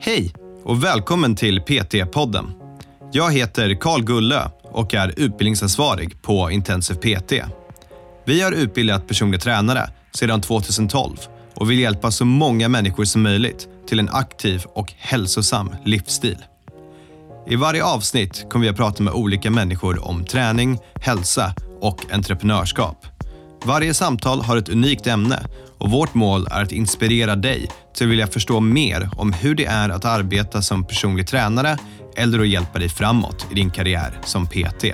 Hej och välkommen till PT-podden. Jag heter Carl Gullö och är utbildningsansvarig på Intensiv PT. Vi har utbildat personliga tränare sedan 2012 och vill hjälpa så många människor som möjligt till en aktiv och hälsosam livsstil. I varje avsnitt kommer vi att prata med olika människor om träning, hälsa och entreprenörskap. Varje samtal har ett unikt ämne och vårt mål är att inspirera dig till att vilja förstå mer om hur det är att arbeta som personlig tränare eller att hjälpa dig framåt i din karriär som PT.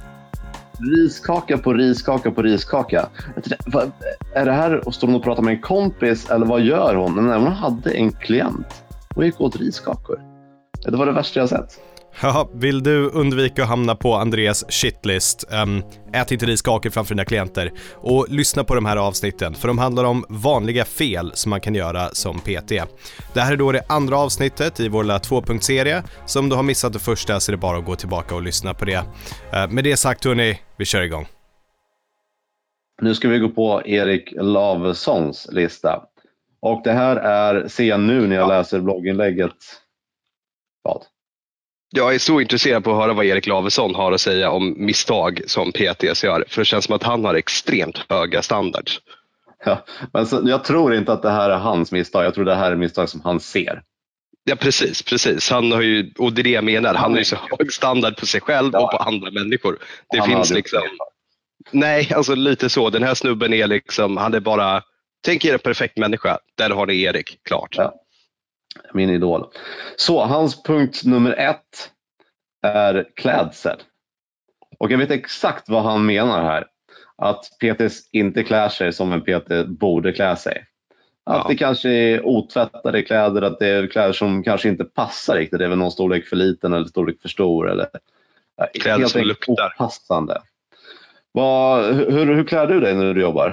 Riskaka på riskaka på riskaka. Är det här att stå och prata med en kompis eller vad gör hon? När hon hade en klient och gick åt riskakor. Det var det värsta jag sett. Ja, vill du undvika att hamna på Andreas shitlist, ät inte riskakor framför dina klienter och lyssna på de här avsnitten, för de handlar om vanliga fel som man kan göra som PT. Det här är då det andra avsnittet i vår 2-punktserie. Så om du har missat det första så är det bara att gå tillbaka och lyssna på det. Med det sagt hörni, vi kör igång. Nu ska vi gå på Erik Lavessons lista. Och det här ser jag nu när jag läser blogginlägget. Vad? Jag är så intresserad på att höra vad Erik Lavesson har att säga om misstag som PTs gör. För det känns som att han har extremt höga standards. Ja, men jag tror inte att det här är hans misstag. Jag tror det här är misstag som han ser. Ja, precis. Han har ju, och det är det jag menar. Han har ju så hög standard på sig själv och på andra människor. Det finns liksom... Nej, alltså lite så. Den här snubben är liksom... Han är bara... Tänk er en perfekt människa. Där har ni Erik, klart. Ja. Min idol. Så hans punkt nummer 1 är klädsel. Och jag vet exakt vad han menar här. Att PTs inte klär sig som en PT borde klä sig. Att det kanske är otvättade kläder, att det är kläder som kanske inte passar riktigt. Det är väl någon storlek för liten eller storlek för stor. Eller, kläder som luktar. Opassande. Hur klär du dig när du jobbar?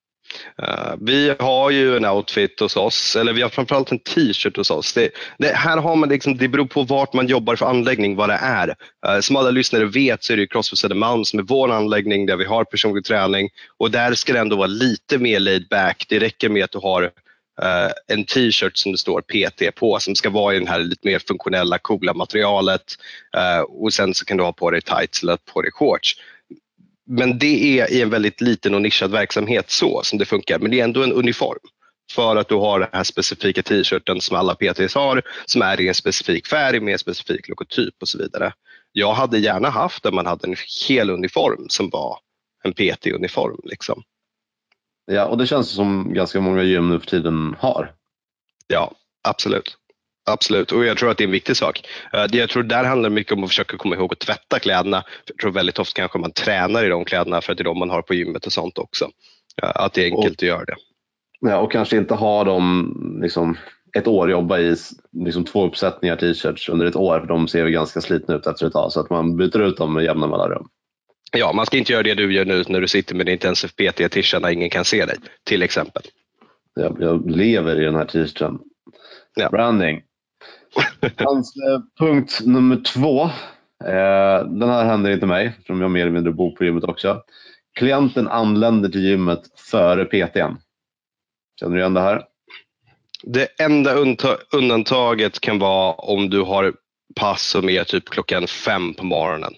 Vi har ju en outfit hos oss, eller vi har framförallt en t-shirt hos oss. Här har man liksom, det beror på vart man jobbar för anläggning, vad det är. Som alla lyssnare vet så är det CrossFit Södermalm som är vår anläggning där vi har personlig träning. Och där ska det ändå vara lite mer laid back. Det räcker med att du har en t-shirt som det står PT på, som ska vara i den här lite mer funktionella, coola materialet. Och sen så kan du ha på dig tights eller på dig shorts. Men det är i en väldigt liten och nischad verksamhet så som det funkar. Men det är ändå en uniform. För att du har den här specifika t-shirten som alla PTs har. Som är i en specifik färg med en specifik logotyp och så vidare. Jag hade gärna haft att man hade en hel uniform som var en PT-uniform. Liksom. Ja, och det känns som ganska många gym nu för tiden har. Ja, absolut. Absolut, och jag tror att det är en viktig sak. Jag tror där handlar mycket om att försöka komma ihåg att tvätta kläderna. Jag tror väldigt ofta kanske man tränar i de kläderna för att det är de man har på gymmet och sånt också. Att det är enkelt att göra det. Ja, och kanske inte ha dem liksom, ett år jobba i liksom, 2 uppsättningar t-shirts under ett år. För de ser ju ganska slitna ut efter ett tag. Så att man byter ut dem med jämna mellanrum. Ja, man ska inte göra det du gör nu när du sitter med din Intensiv PT-t-shirt när ingen kan se dig, till exempel. Jag lever i den här t-shirten. Ja. Branding. Hans punkt nummer 2. Den här händer inte mig, som jag mer eller mindre bor på gymmet också. Klienten anländer till gymmet före PT:n. Känner du igen det här? Det enda undantaget kan vara om du har pass som är typ 5:00 på morgonen.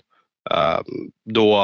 Då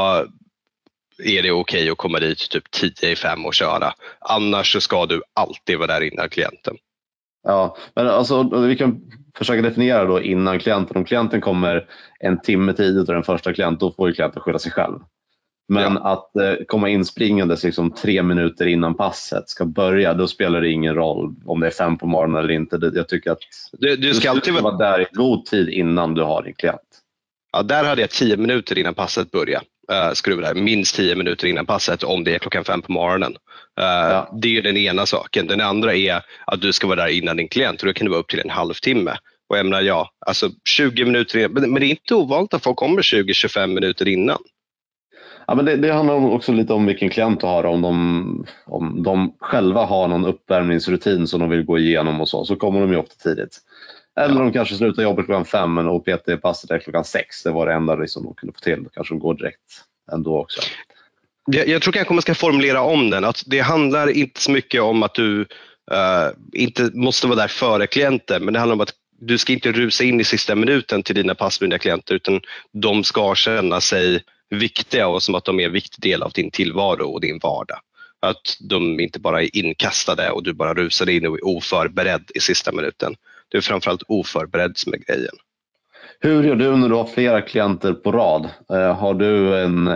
är det okej att komma dit typ 10:05 och köra. Annars så ska du alltid vara där innan klienten. Ja, men alltså vi kan försöka definiera då innan klienten. Om klienten kommer en timme tidigt och den första klient, då får ju klienten skylla sig själv. Men att komma in springandes liksom 3 minuter innan passet ska börja, då spelar det ingen roll om det är 5 på morgonen eller inte. Jag tycker att du ska alltid vara där i god tid innan du har din klient. Ja, där hade jag 10 minuter innan passet börjar. Skruva där, minst 10 minuter innan passet om det är 5:00 på morgonen. Det är den ena saken. Den andra är att du ska vara där innan din klient och då kan det vara upp till en halvtimme. Och jag menar, alltså 20 minuter innan, men det är inte ovanligt att folk kommer 20-25 minuter innan. Ja, men det handlar också lite om vilken klient du har. Om de själva har någon uppvärmningsrutin som de vill gå igenom och så kommer de ju ofta tidigt. Eller de kanske slutar jobba 5:00 och PT-passet är 6:00. Det var det enda liksom de kunde få till. Kanske de går direkt ändå också. Jag tror kanske man ska formulera om den. Att det handlar inte så mycket om att du inte måste vara där före klienten. Men det handlar om att du ska inte rusa in i sista minuten till dina pass med dina klienter, utan de ska känna sig viktiga och som att de är en viktig del av din tillvaro och din vardag. Att de inte bara är inkastade och du bara rusar in och är oförberedd i sista minuten. Det är framförallt oförberedd som är grejen. Hur gör du när du har flera klienter på rad? Har du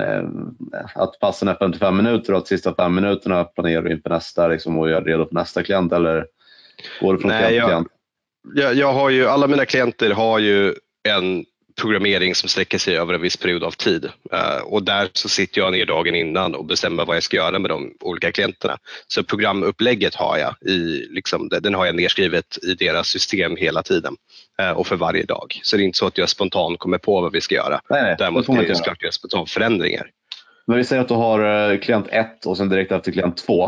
att passen är 55 minuter och att sista 5 minuterna planerar du inför nästa liksom, och gör redo för nästa klient, eller går du från klient till klient? Jag har ju, alla mina klienter har ju en programmering som sträcker sig över en viss period av tid. Och där så sitter jag ner dagen innan och bestämmer vad jag ska göra med de olika klienterna. Så programupplägget har jag den har jag nedskrivet i deras system hela tiden och för varje dag. Så det är inte så att jag spontant kommer på vad vi ska göra. Nej, däremot är det såklart jag spontant förändringar. Men vi säger att du har klient 1 och sen direkt efter klient 2.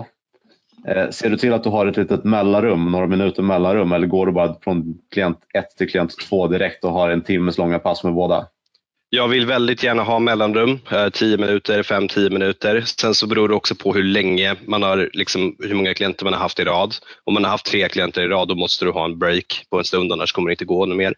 Ser du till att du har ett litet mellanrum, några minuter mellanrum, eller går du bara från klient 1 till klient 2 direkt och har en timmes långa pass med båda? Jag vill väldigt gärna ha mellanrum, 10 minuter, 5-10 minuter. Sen så beror det också på hur länge man har, hur många klienter man har haft i rad. Om man har haft 3 klienter i rad, då måste du ha en break på en stund, annars kommer det inte gå något mer.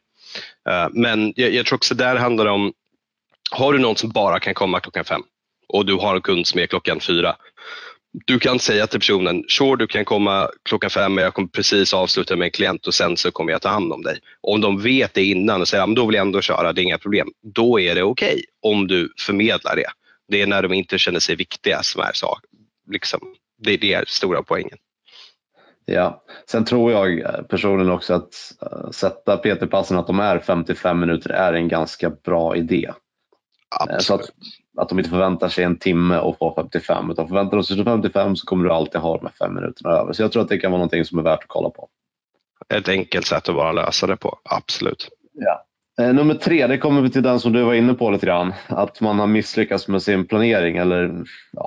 Men jag tror också där handlar det om, har du någon som bara kan komma klockan 5 och du har en kund som är klockan 4. Du kan säga till personen, sure, du kan komma klockan 5 men jag kommer precis avsluta med en klient och sen så kommer jag ta hand om dig. Om de vet det innan och säger, men då vill jag ändå köra, det är inga problem. Då är det okej om du förmedlar det. Det är när de inte känner sig viktiga som är så. Det är stora poängen. Ja, sen tror jag personligen också att sätta PT-passen att de är 55 minuter är en ganska bra idé. Absolut. Så att de inte förväntar sig en timme och få 55, utan förväntar de sig 55 så kommer du alltid ha de här 5 minuterna över. Så jag tror att det kan vara någonting som är värt att kolla på. Ett enkelt sätt att bara lösa det på, absolut. Ja. Nummer 3, det kommer vi till den som du var inne på lite grann. Att man har misslyckats med sin planering, eller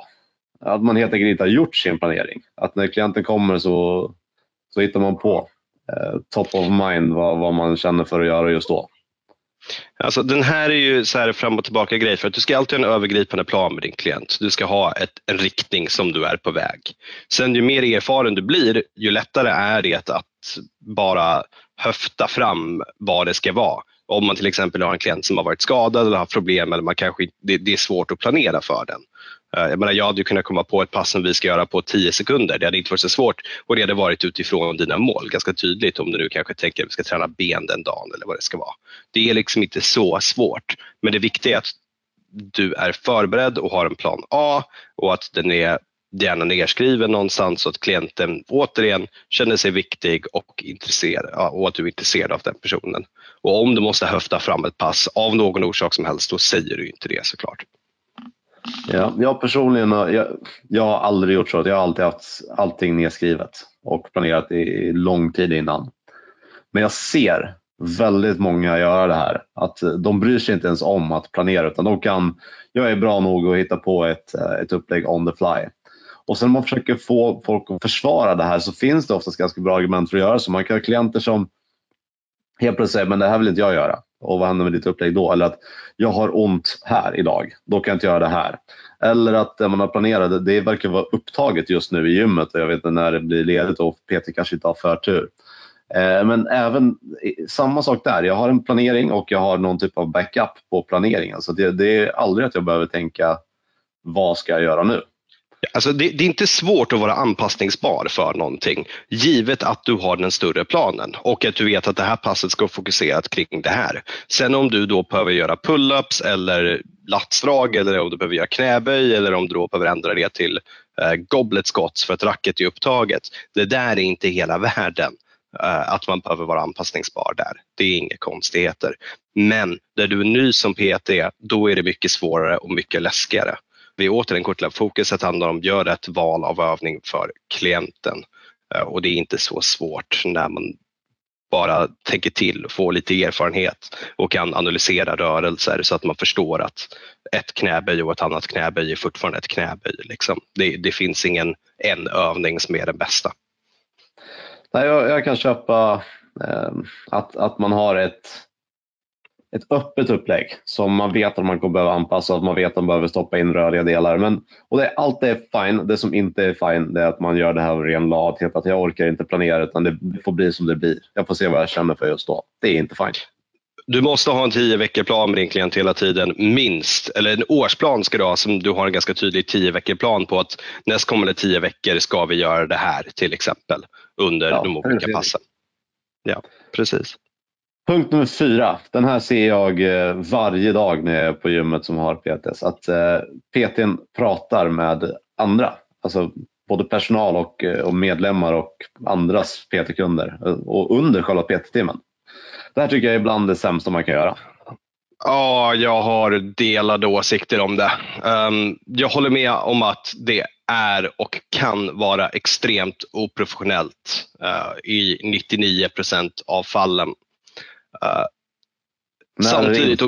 att man helt enkelt inte har gjort sin planering. Att när klienten kommer så hittar man på top of mind vad man känner för att göra just då. Alltså den här är ju så här fram och tillbaka grej, för att du ska alltid ha en övergripande plan med din klient. Du ska ha en riktning som du är på väg. Sen ju mer erfaren du blir, ju lättare är det att bara höfta fram vad det ska vara. Om man till exempel har en klient som har varit skadad eller har problem, eller det är svårt att planera för den. Jag hade ju kunnat komma på ett pass som vi ska göra på 10 sekunder. Det hade inte varit så svårt och det hade varit utifrån dina mål. Ganska tydligt om du nu kanske tänker att vi ska träna ben den dagen eller vad det ska vara. Det är inte så svårt. Men det viktiga är att du är förberedd och har en plan A och att den är gärna nedskriven någonstans så att klienten återigen känner sig viktig och intresserad, och att du är intresserad av den personen. Och om du måste höfta fram ett pass av någon orsak som helst, då säger du inte det såklart. Ja, jag personligen jag har aldrig gjort så. Jag har alltid haft allting nedskrivet och planerat i lång tid innan. Men jag ser väldigt många göra det här. Att de bryr sig inte ens om att planera, utan jag är bra nog att hitta på ett upplägg on the fly. Och sen när man försöker få folk att försvara det här så finns det oftast ganska bra argument för att göra så. Man kan ha klienter som helt plötsligt säger, men det här vill inte jag göra. Och vad händer med ditt upplägg då? Eller att jag har ont här idag, då kan jag inte göra det här. Eller att man har planerat, det verkar vara upptaget just nu i gymmet och jag vet inte när det blir ledigt och PT kanske inte har förtur. Men även samma sak där, jag har en planering och jag har någon typ av backup på planeringen. Så det är aldrig att jag behöver tänka, vad ska jag göra nu? Alltså det är inte svårt att vara anpassningsbar för någonting, givet att du har den större planen och att du vet att det här passet ska fokuseras kring det här. Sen om du då behöver göra pull-ups eller latsdrag, eller om du behöver göra knäböj, eller om du då behöver ändra det till goblet squats för att racket är upptaget. Det där är inte hela världen. Att man behöver vara anpassningsbar där. Det är inga konstigheter. Men där du är ny som PT, då är det mycket svårare och mycket läskigare. Vi återigen kortlägger fokuset handlar om att göra ett val av övning för klienten. Och det är inte så svårt när man bara tänker till, får lite erfarenhet och kan analysera rörelser så att man förstår att ett knäböj och ett annat knäböj är fortfarande ett knäböj. Liksom. Det finns en övning som är den bästa. Nej, jag kan köpa att man har ett öppet upplägg som man vet att man kommer behöva anpassa, att man vet att man behöver stoppa in röriga delar. Allt det är fine. Det som inte är fine det är att man gör det här av ren lathet, att jag orkar inte planera utan det får bli som det blir. Jag får se vad jag känner för just då. Det är inte fine. Du måste ha en 10 veckor plan med din klient hela tiden, minst. Eller en årsplan ska du ha som du har en ganska tydlig 10 veckor plan på att nästkommande 10 veckor ska vi göra det här till exempel under de olika passen. Ja, precis. Punkt nummer 4. Den här ser jag varje dag när jag är på gymmet som har PTs. Att PTn pratar med andra. Alltså både personal och medlemmar och andras PT-kunder. Och under själva PT-timmen. Det här tycker jag är bland det sämsta man kan göra. Ja, jag har delade åsikter om det. Jag håller med om att det är och kan vara extremt oprofessionellt i 99% av fallen. Samtidigt,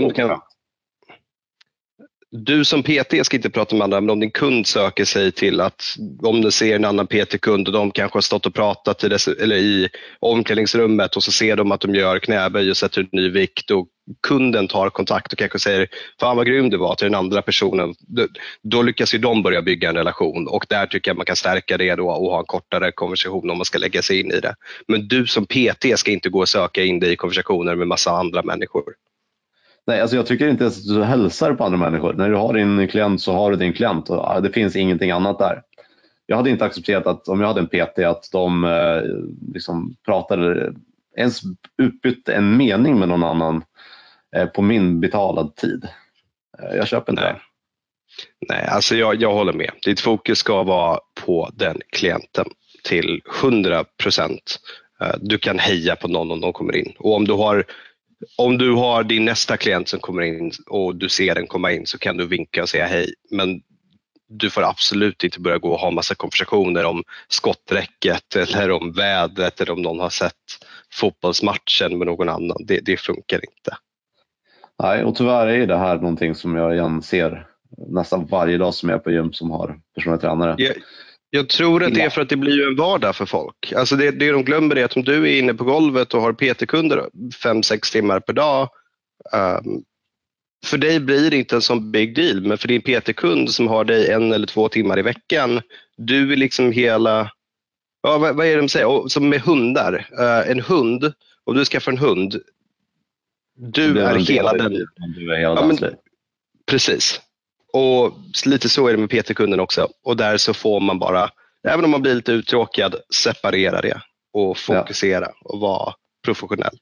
du som PT ska inte prata med andra, men om din kund söker sig till att, om du ser en annan PT-kund och de kanske har stått och pratat i omklädningsrummet och så ser de att de gör knäböj och sätter ut ny vikt och kunden tar kontakt och kanske säger fan vad grym du var till den andra personen, då lyckas ju de börja bygga en relation och där tycker jag man kan stärka det då och ha en kortare konversation om man ska lägga sig in i det. Men du som PT ska inte gå och söka in dig i konversationer med massa andra människor. Nej, alltså jag tycker inte att du hälsar på andra människor. När du har din klient så har du din klient och det finns ingenting annat där. Jag hade inte accepterat att om jag hade en PT att de liksom pratade, ens utbytte en mening med någon annan på min betalad tid. Jag köper inte det. Nej, alltså jag håller med. Ditt fokus ska vara på den klienten till 100%. Du kan heja på någon om de kommer in. Och om du har din nästa klient som kommer in och du ser den komma in så kan du vinka och säga hej. Men du får absolut inte börja gå och ha massa konversationer om skotträcket eller om vädret eller om någon har sett fotbollsmatchen med någon annan. Det funkar inte. Nej, och tyvärr är det här någonting som jag igen ser nästan varje dag som jag är på gym som har personliga tränare. Jag tror att det är för att det blir ju en vardag för folk. Alltså det de glömmer är att om du är inne på golvet och har PT-kunder 5-6 timmar per dag, för dig blir det inte en sån big deal, men för din PT-kund som har dig 1 eller 2 timmar i veckan, du är liksom hela, vad är det de säger, som med hundar, en hund, om du skaffar en hund, du är hela den. Du är hela den. Precis. Och lite så är det med PT-kunden också. Och där så får man bara, även om man blir lite uttråkad, separera det och fokusera och vara professionell.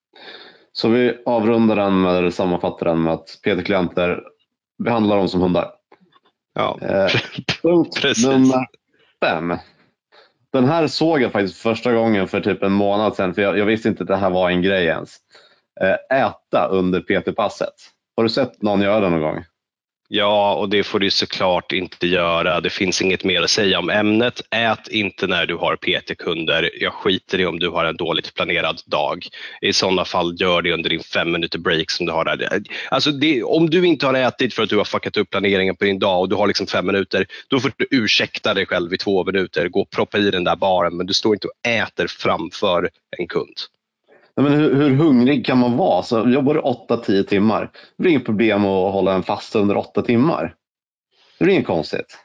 Så vi avrundar den med, eller sammanfattar den med att PT-klienter behandlar dem som hundar. Ja, punkt nummer 5. Den här såg jag faktiskt första gången för typ en månad sedan, för jag visste inte att det här var en grej ens. Äta under PT-passet. Har du sett någon göra det någon gång? Ja, och det får du såklart inte göra. Det finns inget mer att säga om ämnet. Ät inte när du har PT-kunder. Jag skiter i om du har en dåligt planerad dag. I sådana fall gör det under din 5 minuter break som du har där. Alltså om du inte har ätit för att du har fuckat upp planeringen på din dag och du har liksom 5 minuter, då får du ursäkta dig själv i 2 minuter. Gå och proppa i den där baren, men du står inte och äter framför en kund. Men hur hungrig kan man vara? Så jag jobbar 8-10 timmar. Det är inget problem att hålla en fast under 8 timmar. Det är inget konstigt.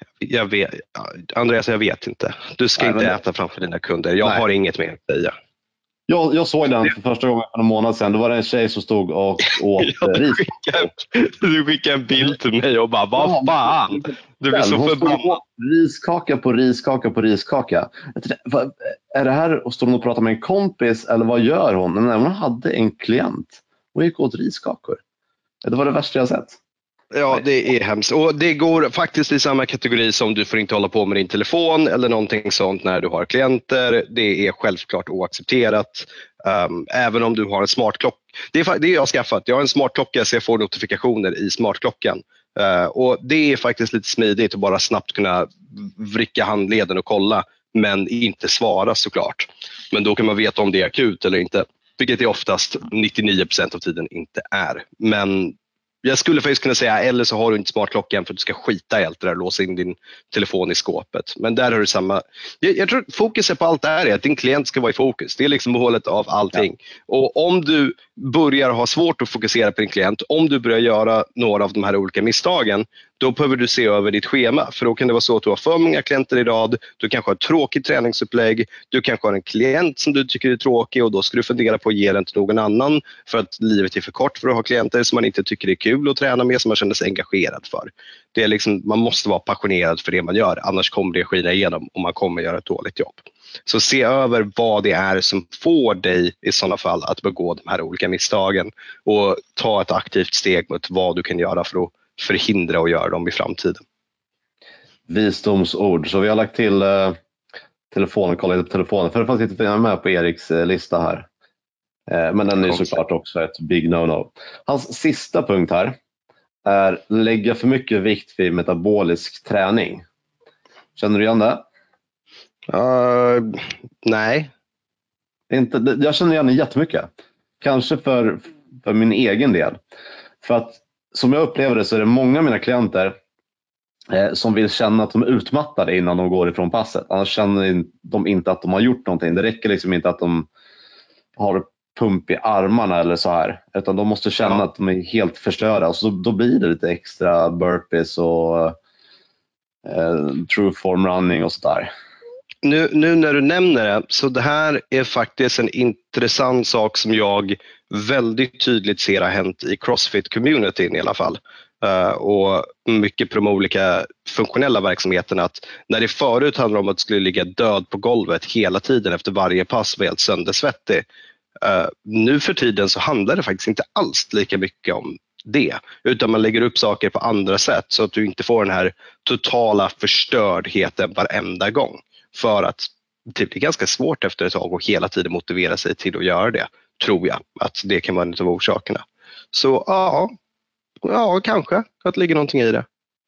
Andreas, jag vet inte. Du ska inte äta framför dina kunder. Jag har inget mer att säga. Jag såg den för första gången för en månad sedan. Då var det en tjej som stod och åt ris. Du skickade en bild till mig och bara, vad fan? Du är så förbannad. Riskaka på riskaka på riskaka. Är det här att stå och prata med en kompis eller vad gör hon? Nej, hon hade en klient. Hon gick åt riskakor. Det var det värsta jag sett. Ja, det är hemskt. Och det går faktiskt i samma kategori som du får inte hålla på med din telefon eller någonting sånt när du har klienter. Det är självklart oaccepterat. Även om du har en smartklocka. Det är jag har skaffat. Jag har en smartklocka så jag får notifikationer i smartklockan. Och det är faktiskt lite smidigt att bara snabbt kunna vricka handleden och kolla. Men inte svara såklart. Men då kan man veta om det är akut eller inte. Vilket det oftast 99% av tiden inte är. Men jag skulle faktiskt kunna säga, eller så har du inte smart klockan för att du ska skita i allt det där och låsa in din telefon i skåpet. Men där har du samma. Jag tror att fokuset på allt det här är att din klient ska vara i fokus. Det är liksom målet av allting. Ja. Och om du börjar ha svårt att fokusera på din klient, om du börjar göra några av de här olika misstagen, då behöver du se över ditt schema. För då kan det vara så att du har för många klienter i rad, du kanske har ett tråkigt träningsupplägg, du kanske har en klient som du tycker är tråkig och då ska du fundera på att ge den till någon annan för att livet är för kort för att ha klienter som man inte tycker är kul att träna med, som man känner sig engagerad för. Det är liksom, man måste vara passionerad för det man gör, annars kommer det skina igenom och man kommer göra ett dåligt jobb. Så se över vad det är som får dig i sådana fall att begå de här olika misstagen och ta ett aktivt steg mot vad du kan göra för att förhindra att göra dem i framtiden. Visdomsord. Så vi har lagt till telefonen, kolla lite på telefonen. För det fanns inte med på Eriks lista här. Men den är ju såklart också ett big no-no. Hans sista punkt här är lägga för mycket vikt vid metabolisk träning. Känner du igen det? Nej. Inte, jag känner igen det jättemycket. Kanske för min egen del. För att som jag upplever det så är det många av mina klienter som vill känna att de är utmattade innan de går ifrån passet. Annars känner de inte att de har gjort någonting. Det räcker liksom inte att de har pump i armarna eller så här. Utan de måste känna att de är helt förstörda. Så då blir det lite extra burpees och true form running och sådär. Nu när du nämner det, så det här är faktiskt en intressant sak som jag väldigt tydligt ser har hänt i CrossFit-communityn i alla fall. Och mycket på de olika funktionella verksamheterna, att när det förut handlade om att du skulle ligga död på golvet hela tiden efter varje pass var helt söndersvettig. Nu för tiden så handlar det faktiskt inte alls lika mycket om det, utan man lägger upp saker på andra sätt så att du inte får den här totala förstördheten varenda gång. För att det är ganska svårt efter ett tag att hela tiden motivera sig till att göra det, tror jag. Att det kan vara en av orsakerna. Så ja, kanske att det ligger någonting i det.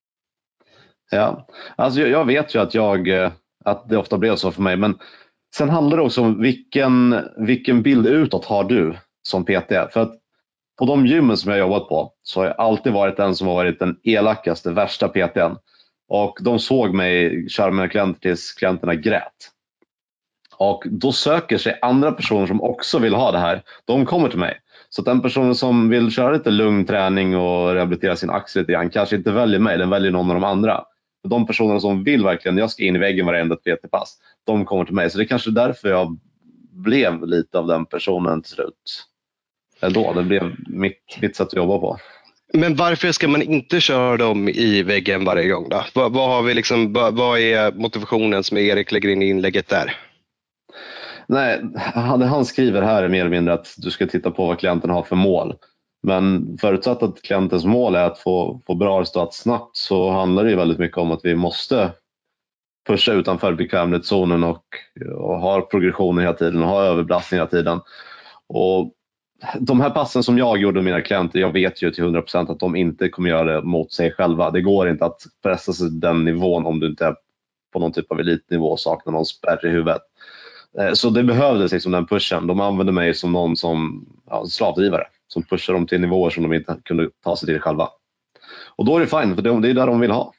Ja, alltså jag vet ju att det ofta blev så för mig. Men sen handlar det också om vilken bild utåt har du som PT. För att på de gymmen som jag jobbat på så har jag alltid varit den som har varit den elakaste, värsta PT:n. Och de såg mig köra med klienter tills klienterna grät. Och då söker sig andra personer som också vill ha det här. De kommer till mig. Så att den personen som vill köra lite lugn träning och rehabilitera sin axel lite grann kanske inte väljer mig, den väljer någon av de andra. De personer som vill verkligen, jag ska in i väggen varenda PT-pass, de kommer till mig. Så det är kanske därför jag blev lite av den personen till slut. Ändå, det blev mitt sätt att jobba på. Men varför ska man inte köra dem i väggen varje gång då? Vad är motivationen som Erik lägger in i inlägget där? Nej, han skriver här är mer eller mindre att du ska titta på vad klienten har för mål. Men förutsatt att klientens mål är att få bra resultat snabbt, så handlar det ju väldigt mycket om att vi måste pusha utanför bekvämlighetszonen och ha progressioner hela tiden och ha överbelastning hela tiden. Och de här passen som jag gjorde med mina klienter, jag vet ju till 100% att de inte kommer göra det mot sig själva. Det går inte att pressa sig den nivån om du inte är på någon typ av elitnivå och saknar någon spärr i huvudet. Så det behövdes liksom den pushen. De använde mig som någon som slavdrivare som pushar dem till nivåer som de inte kunde ta sig till själva. Och då är det fine, för det är där de vill ha.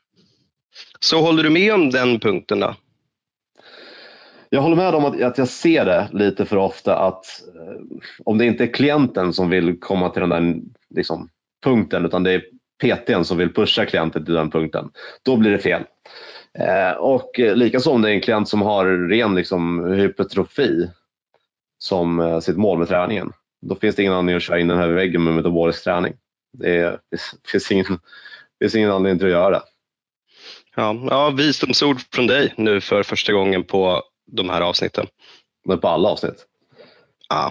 Så håller du med om den punkten då? Jag håller med om att jag ser det lite för ofta att om det inte är klienten som vill komma till den där liksom, punkten, utan det är PT:n som vill pusha klienten till den punkten, då blir det fel. Och likaså om det är en klient som har ren liksom, hypertrofi som sitt mål med träningen, då finns det ingen anledning att köra in den här väggen med metabolisk träning. Det finns ingen anledning till att göra det. Ja, visdomsord från dig nu för första gången på de här avsnitten. Men på alla avsnitt. Ja.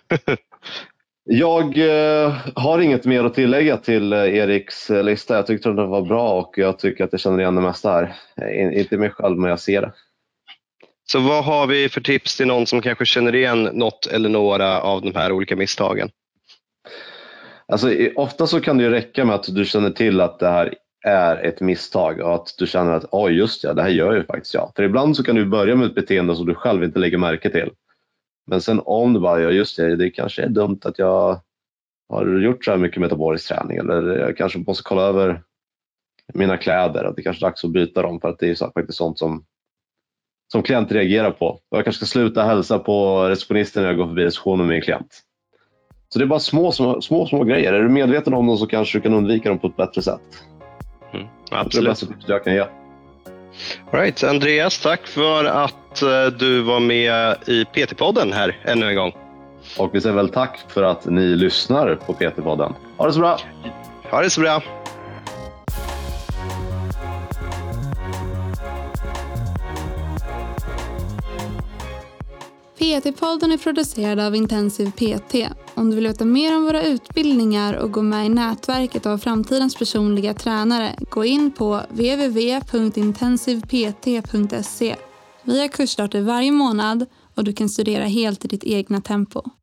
Jag har inget mer att tillägga till Eriks lista. Jag tyckte att det var bra och jag tycker att jag känner igen det mesta här. Inte mig själv, men jag ser det. Så vad har vi för tips till någon som kanske känner igen något eller några av de här olika misstagen? Alltså, ofta så kan det ju räcka med att du känner till att det här är ett misstag och att du känner att oj just det här gör ju faktiskt jag. För ibland så kan du börja med ett beteende som du själv inte lägger märke till. Men sen om du bara, ja just det kanske är dumt att jag har du gjort så här mycket metabolisk träning? Eller jag kanske måste kolla över mina kläder. Att det kanske är dags att byta dem för att det är faktiskt sånt som klient reagerar på. Och jag kanske ska sluta hälsa på receptionisten när jag går förbi receptionen med min klient. Så det är bara små grejer. Är du medveten om dem så kanske du kan undvika dem på ett bättre sätt. Absolut. Det är det bästa tipset jag kan ge. Right. Andreas, tack för att du var med i PT-podden här ännu en gång. Och vi säger väl tack för att ni lyssnar på PT-podden. Ha det så bra! Ha det så bra! PT-podden är producerad av Intensiv PT. Om du vill veta mer om våra utbildningar och gå med i nätverket av framtidens personliga tränare, gå in på www.intensivpt.se. Vi har kursstarter varje månad och du kan studera helt i ditt egna tempo.